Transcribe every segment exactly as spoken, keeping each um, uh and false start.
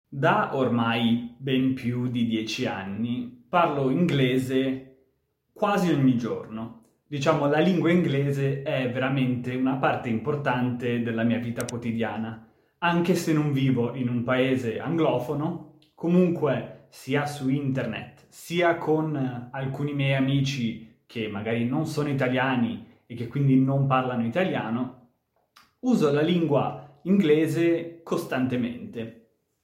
Da ormai ben più di dieci anni parlo inglese quasi ogni giorno. Diciamo, la lingua inglese è veramente una parte importante della mia vita quotidiana. Anche se non vivo in un paese anglofono, comunque sia su internet, sia con alcuni miei amici che magari non sono italiani e che quindi non parlano italiano, uso la lingua inglese costantemente.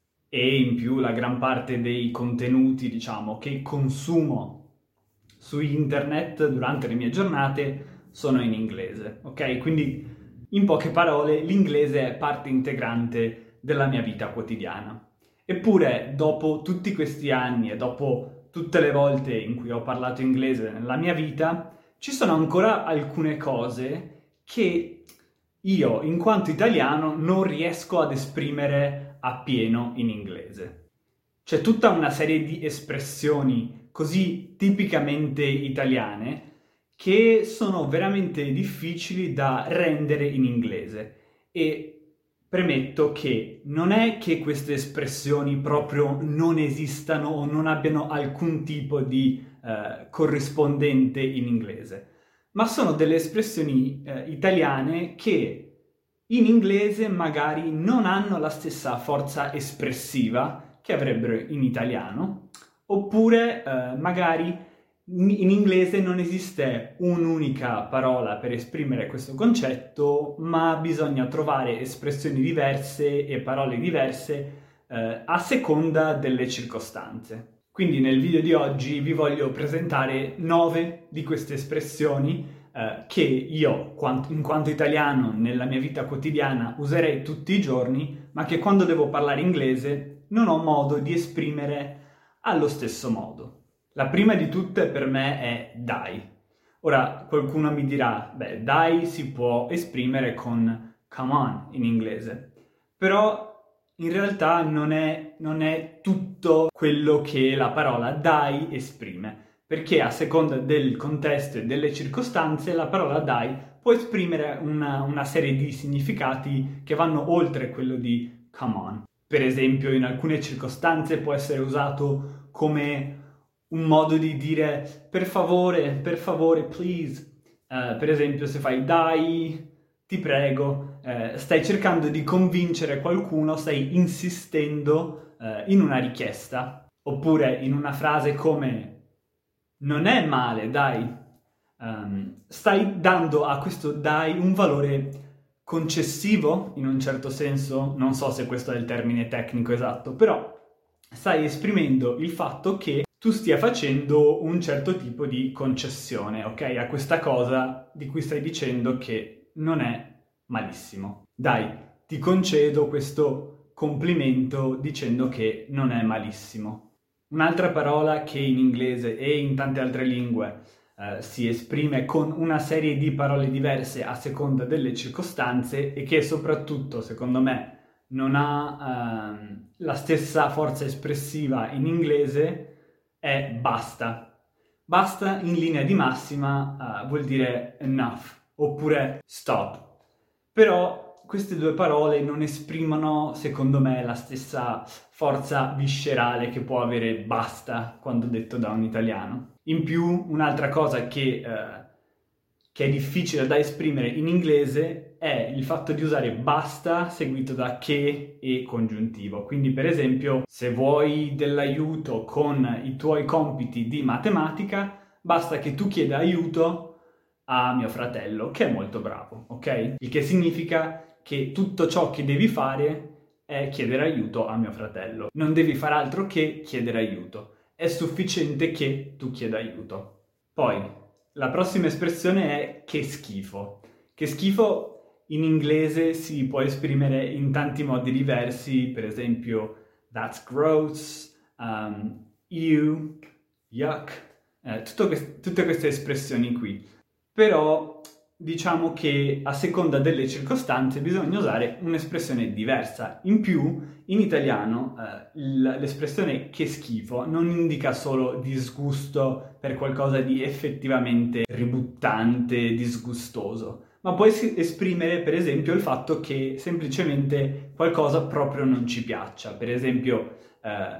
E in più la gran parte dei contenuti, diciamo, che consumo su internet durante le mie giornate sono in inglese, ok? Quindi, in poche parole, l'inglese è parte integrante della mia vita quotidiana. Eppure, dopo tutti questi anni e dopo tutte le volte in cui ho parlato inglese nella mia vita, ci sono ancora alcune cose che io, in quanto italiano, non riesco ad esprimere appieno in inglese. C'è tutta una serie di espressioni così tipicamente italiane che sono veramente difficili da rendere in inglese e premetto che non è che queste espressioni proprio non esistano o non abbiano alcun tipo di eh, corrispondente in inglese, ma sono delle espressioni eh, italiane che in inglese magari non hanno la stessa forza espressiva che avrebbero in italiano, oppure eh, magari in, in inglese non esiste un'unica parola per esprimere questo concetto, ma bisogna trovare espressioni diverse e parole diverse eh, a seconda delle circostanze. Quindi nel video di oggi vi voglio presentare nove di queste espressioni Uh, che io, in quanto italiano, nella mia vita quotidiana userei tutti i giorni, ma che quando devo parlare inglese non ho modo di esprimere allo stesso modo. La prima di tutte per me è die. Ora, qualcuno mi dirà, beh, die si può esprimere con come on in inglese, però in realtà non è, non è tutto quello che la parola die esprime. Perché a seconda del contesto e delle circostanze la parola die può esprimere una, una serie di significati che vanno oltre quello di come on. Per esempio, in alcune circostanze può essere usato come un modo di dire per favore, per favore, please. Uh, per esempio, se fai dai, ti prego, uh, stai cercando di convincere qualcuno, stai insistendo uh, in una richiesta. Oppure in una frase come non è male, dai. Um, stai dando a questo dai un valore concessivo, in un certo senso, non so se questo è il termine tecnico esatto, però stai esprimendo il fatto che tu stia facendo un certo tipo di concessione, ok? A questa cosa di cui stai dicendo che non è malissimo. Dai, ti concedo questo complimento dicendo che non è malissimo. Un'altra parola che in inglese e in tante altre lingue eh, si esprime con una serie di parole diverse a seconda delle circostanze e che soprattutto, secondo me, non ha ehm, la stessa forza espressiva in inglese è basta. Basta in linea di massima eh, vuol dire enough oppure stop. Però queste due parole non esprimono, secondo me, la stessa forza viscerale che può avere basta quando detto da un italiano. In più, un'altra cosa che, eh, che è difficile da esprimere in inglese è il fatto di usare basta seguito da che e congiuntivo. Quindi, per esempio, se vuoi dell'aiuto con i tuoi compiti di matematica, basta che tu chieda aiuto a mio fratello, che è molto bravo, ok? Il che significa che tutto ciò che devi fare è chiedere aiuto a mio fratello. Non devi fare altro che chiedere aiuto. È sufficiente che tu chieda aiuto. Poi, la prossima espressione è che schifo. Che schifo in inglese si può esprimere in tanti modi diversi, per esempio that's gross, um, ew, yuck, eh, quest- tutte queste espressioni qui. Però diciamo che a seconda delle circostanze bisogna usare un'espressione diversa. In più, in italiano, eh, l'espressione che schifo non indica solo disgusto per qualcosa di effettivamente ributtante, disgustoso, ma puoi esprimere per esempio il fatto che semplicemente qualcosa proprio non ci piaccia. Per esempio, eh,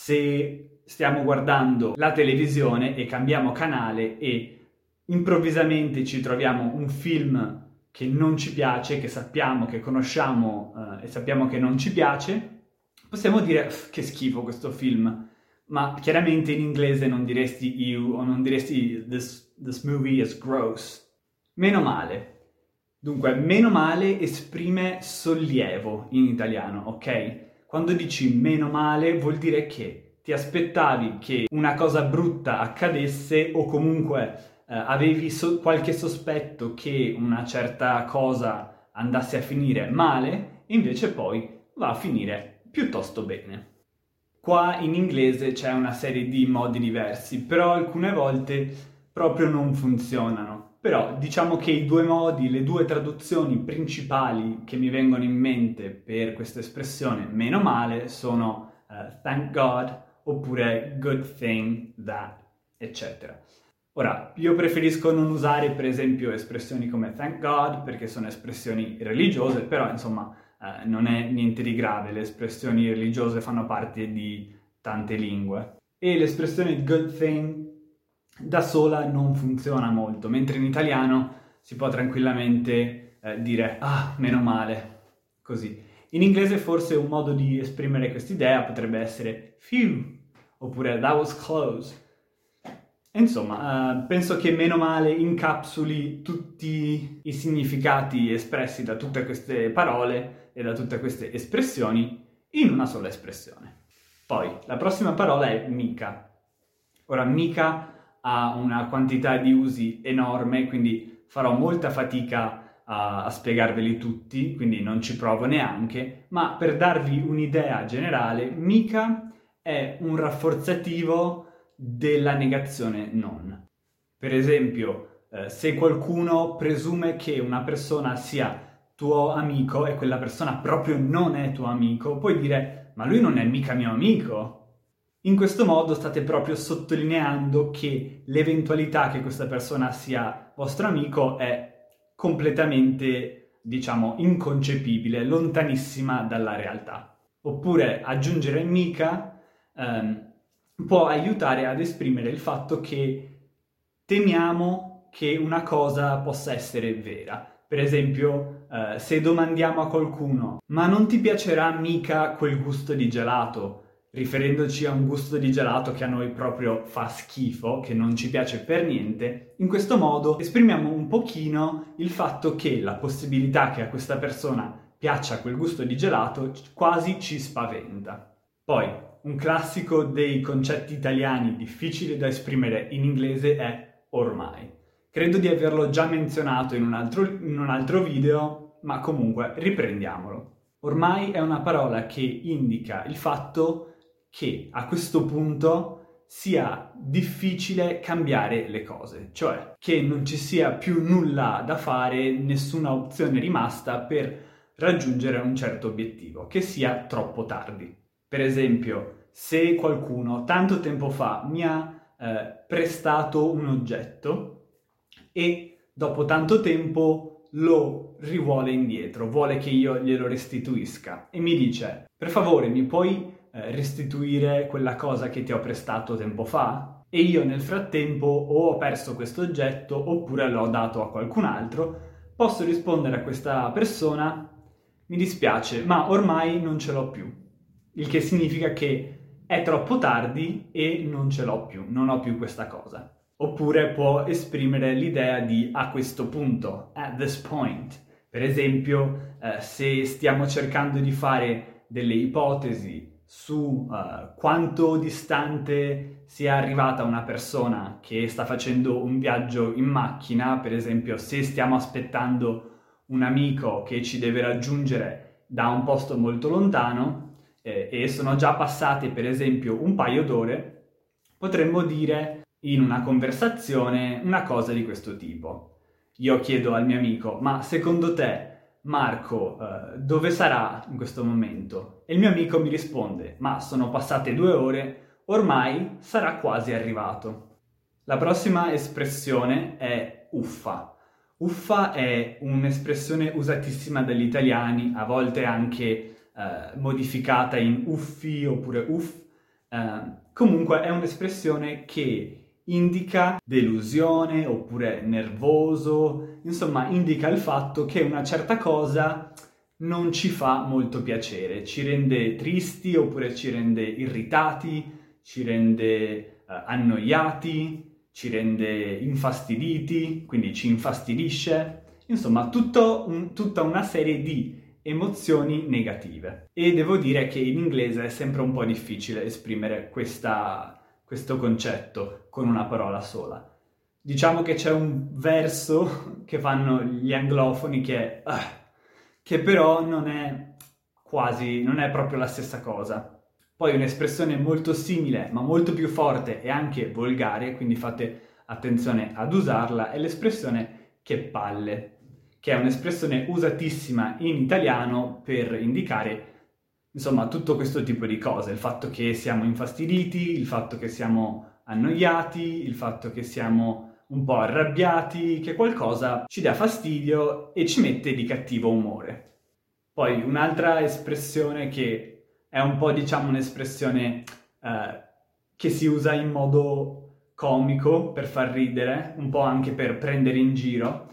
se stiamo guardando la televisione e cambiamo canale e improvvisamente ci troviamo un film che non ci piace, che sappiamo, che conosciamo eh, e sappiamo che non ci piace, possiamo dire che schifo questo film, ma chiaramente in inglese non diresti you o non diresti this, this movie is gross. Meno male. Dunque, meno male esprime sollievo in italiano, ok? Quando dici meno male vuol dire che ti aspettavi che una cosa brutta accadesse o comunque Uh, avevi so- qualche sospetto che una certa cosa andasse a finire male, e invece poi va a finire piuttosto bene. Qua in inglese c'è una serie di modi diversi, però alcune volte proprio non funzionano. Però diciamo che i due modi, le due traduzioni principali che mi vengono in mente per questa espressione meno male sono uh, thank God oppure good thing that, eccetera. Ora, io preferisco non usare per esempio espressioni come thank God perché sono espressioni religiose, però insomma eh, non è niente di grave, le espressioni religiose fanno parte di tante lingue. E l'espressione good thing da sola non funziona molto, mentre in italiano si può tranquillamente eh, dire ah, meno male, così. In inglese forse un modo di esprimere quest'idea potrebbe essere phew, oppure that was close. Insomma, uh, penso che meno male incapsuli tutti i significati espressi da tutte queste parole e da tutte queste espressioni in una sola espressione. Poi, la prossima parola è mica. Ora, mica ha una quantità di usi enorme, quindi farò molta fatica a, a spiegarveli tutti, quindi non ci provo neanche, ma per darvi un'idea generale, mica è un rafforzativo della negazione non. Per esempio, eh, se qualcuno presume che una persona sia tuo amico e quella persona proprio non è tuo amico, puoi dire ma lui non è mica mio amico. In questo modo state proprio sottolineando che l'eventualità che questa persona sia vostro amico è completamente, diciamo, inconcepibile, lontanissima dalla realtà. Oppure aggiungere mica ehm, può aiutare ad esprimere il fatto che temiamo che una cosa possa essere vera. Per esempio, eh, se domandiamo a qualcuno ma non ti piacerà mica quel gusto di gelato, riferendoci a un gusto di gelato che a noi proprio fa schifo, che non ci piace per niente, in questo modo esprimiamo un pochino il fatto che la possibilità che a questa persona piaccia quel gusto di gelato quasi ci spaventa. Poi, un classico dei concetti italiani difficili da esprimere in inglese è ormai. Credo di averlo già menzionato in un altro, in un altro video, ma comunque riprendiamolo. Ormai è una parola che indica il fatto che a questo punto sia difficile cambiare le cose, cioè che non ci sia più nulla da fare, nessuna opzione rimasta per raggiungere un certo obiettivo, che sia troppo tardi. Per esempio, se qualcuno tanto tempo fa mi ha eh, prestato un oggetto e dopo tanto tempo lo rivuole indietro, vuole che io glielo restituisca e mi dice per favore mi puoi eh, restituire quella cosa che ti ho prestato tempo fa? E io nel frattempo o ho perso questo oggetto oppure l'ho dato a qualcun altro, posso rispondere a questa persona mi dispiace ma ormai non ce l'ho più. Il che significa che è troppo tardi e non ce l'ho più, non ho più questa cosa. Oppure può esprimere l'idea di a questo punto, at this point. Per esempio, eh, se stiamo cercando di fare delle ipotesi su uh, quanto distante sia arrivata una persona che sta facendo un viaggio in macchina, per esempio se stiamo aspettando un amico che ci deve raggiungere da un posto molto lontano, Eh, e sono già passate per esempio un paio d'ore, potremmo dire in una conversazione una cosa di questo tipo. Io chiedo al mio amico, ma secondo te Marco eh, dove sarà in questo momento? E il mio amico mi risponde, ma sono passate due ore, ormai sarà quasi arrivato. La prossima espressione è uffa. Uffa è un'espressione usatissima dagli italiani, a volte anche eh, modificata in uffi oppure uff. Eh, comunque è un'espressione che indica delusione oppure nervoso, insomma indica il fatto che una certa cosa non ci fa molto piacere, ci rende tristi oppure ci rende irritati, ci rende eh, annoiati, ci rende infastiditi, quindi ci infastidisce, insomma tutto un, tutta una serie di emozioni negative. E devo dire che in inglese è sempre un po' difficile esprimere questa, questo concetto con una parola sola. Diciamo che c'è un verso che fanno gli anglofoni che, uh, che però non è quasi, non è proprio la stessa cosa. Poi un'espressione molto simile, ma molto più forte e anche volgare, quindi fate attenzione ad usarla, è l'espressione che palle, che è un'espressione usatissima in italiano per indicare, insomma, tutto questo tipo di cose. Il fatto che siamo infastiditi, il fatto che siamo annoiati, il fatto che siamo un po' arrabbiati, che qualcosa ci dà fastidio e ci mette di cattivo umore. Poi un'altra espressione che è un po', diciamo, un'espressione eh, che si usa in modo comico per far ridere, un po' anche per prendere in giro,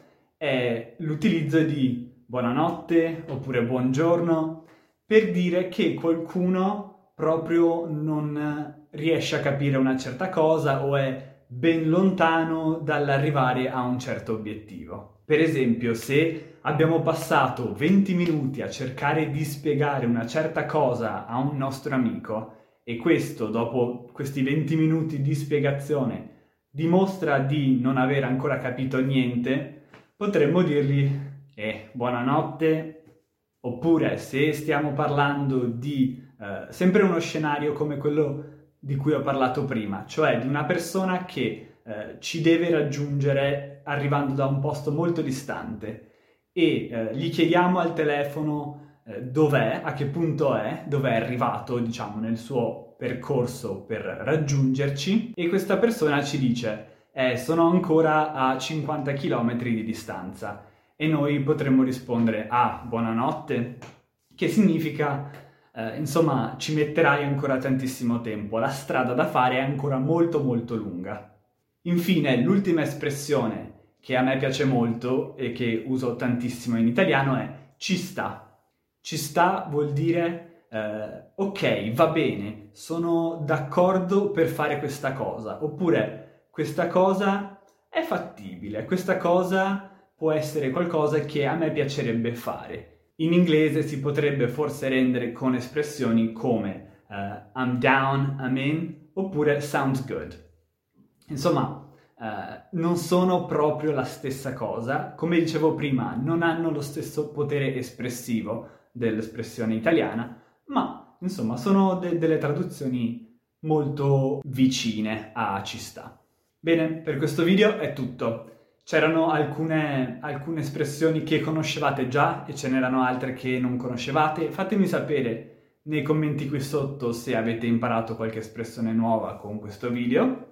è l'utilizzo di buonanotte oppure buongiorno per dire che qualcuno proprio non riesce a capire una certa cosa o è ben lontano dall'arrivare a un certo obiettivo. Per esempio, se abbiamo passato venti minuti a cercare di spiegare una certa cosa a un nostro amico e questo, dopo questi venti minuti di spiegazione, dimostra di non aver ancora capito niente, potremmo dirgli eh, buonanotte, oppure se stiamo parlando di eh, sempre uno scenario come quello di cui ho parlato prima, cioè di una persona che eh, ci deve raggiungere arrivando da un posto molto distante e eh, gli chiediamo al telefono eh, dov'è, a che punto è, dov'è arrivato, diciamo, nel suo percorso per raggiungerci, e questa persona ci dice eh, sono ancora a cinquanta chilometri di distanza, e noi potremmo rispondere ah, buonanotte, che significa eh, insomma ci metterai ancora tantissimo tempo, la strada da fare è ancora molto molto lunga. Infine, l'ultima espressione che a me piace molto e che uso tantissimo in italiano è ci sta. Ci sta vuol dire eh, ok, va bene, sono d'accordo per fare questa cosa, oppure questa cosa è fattibile, questa cosa può essere qualcosa che a me piacerebbe fare. In inglese si potrebbe forse rendere con espressioni come uh, I'm down, I'm in, oppure sounds good. Insomma, uh, non sono proprio la stessa cosa. Come dicevo prima, non hanno lo stesso potere espressivo dell'espressione italiana, ma insomma sono de- delle traduzioni molto vicine a ci sta. Bene, per questo video è tutto. C'erano alcune, alcune espressioni che conoscevate già e ce n'erano altre che non conoscevate. Fatemi sapere nei commenti qui sotto se avete imparato qualche espressione nuova con questo video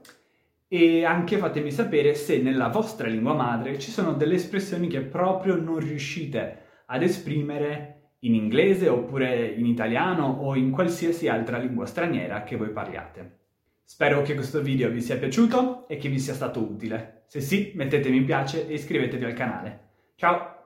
e anche fatemi sapere se nella vostra lingua madre ci sono delle espressioni che proprio non riuscite ad esprimere in inglese oppure in italiano o in qualsiasi altra lingua straniera che voi parliate. Spero che questo video vi sia piaciuto e che vi sia stato utile. Se sì, mettete mi piace e iscrivetevi al canale. Ciao!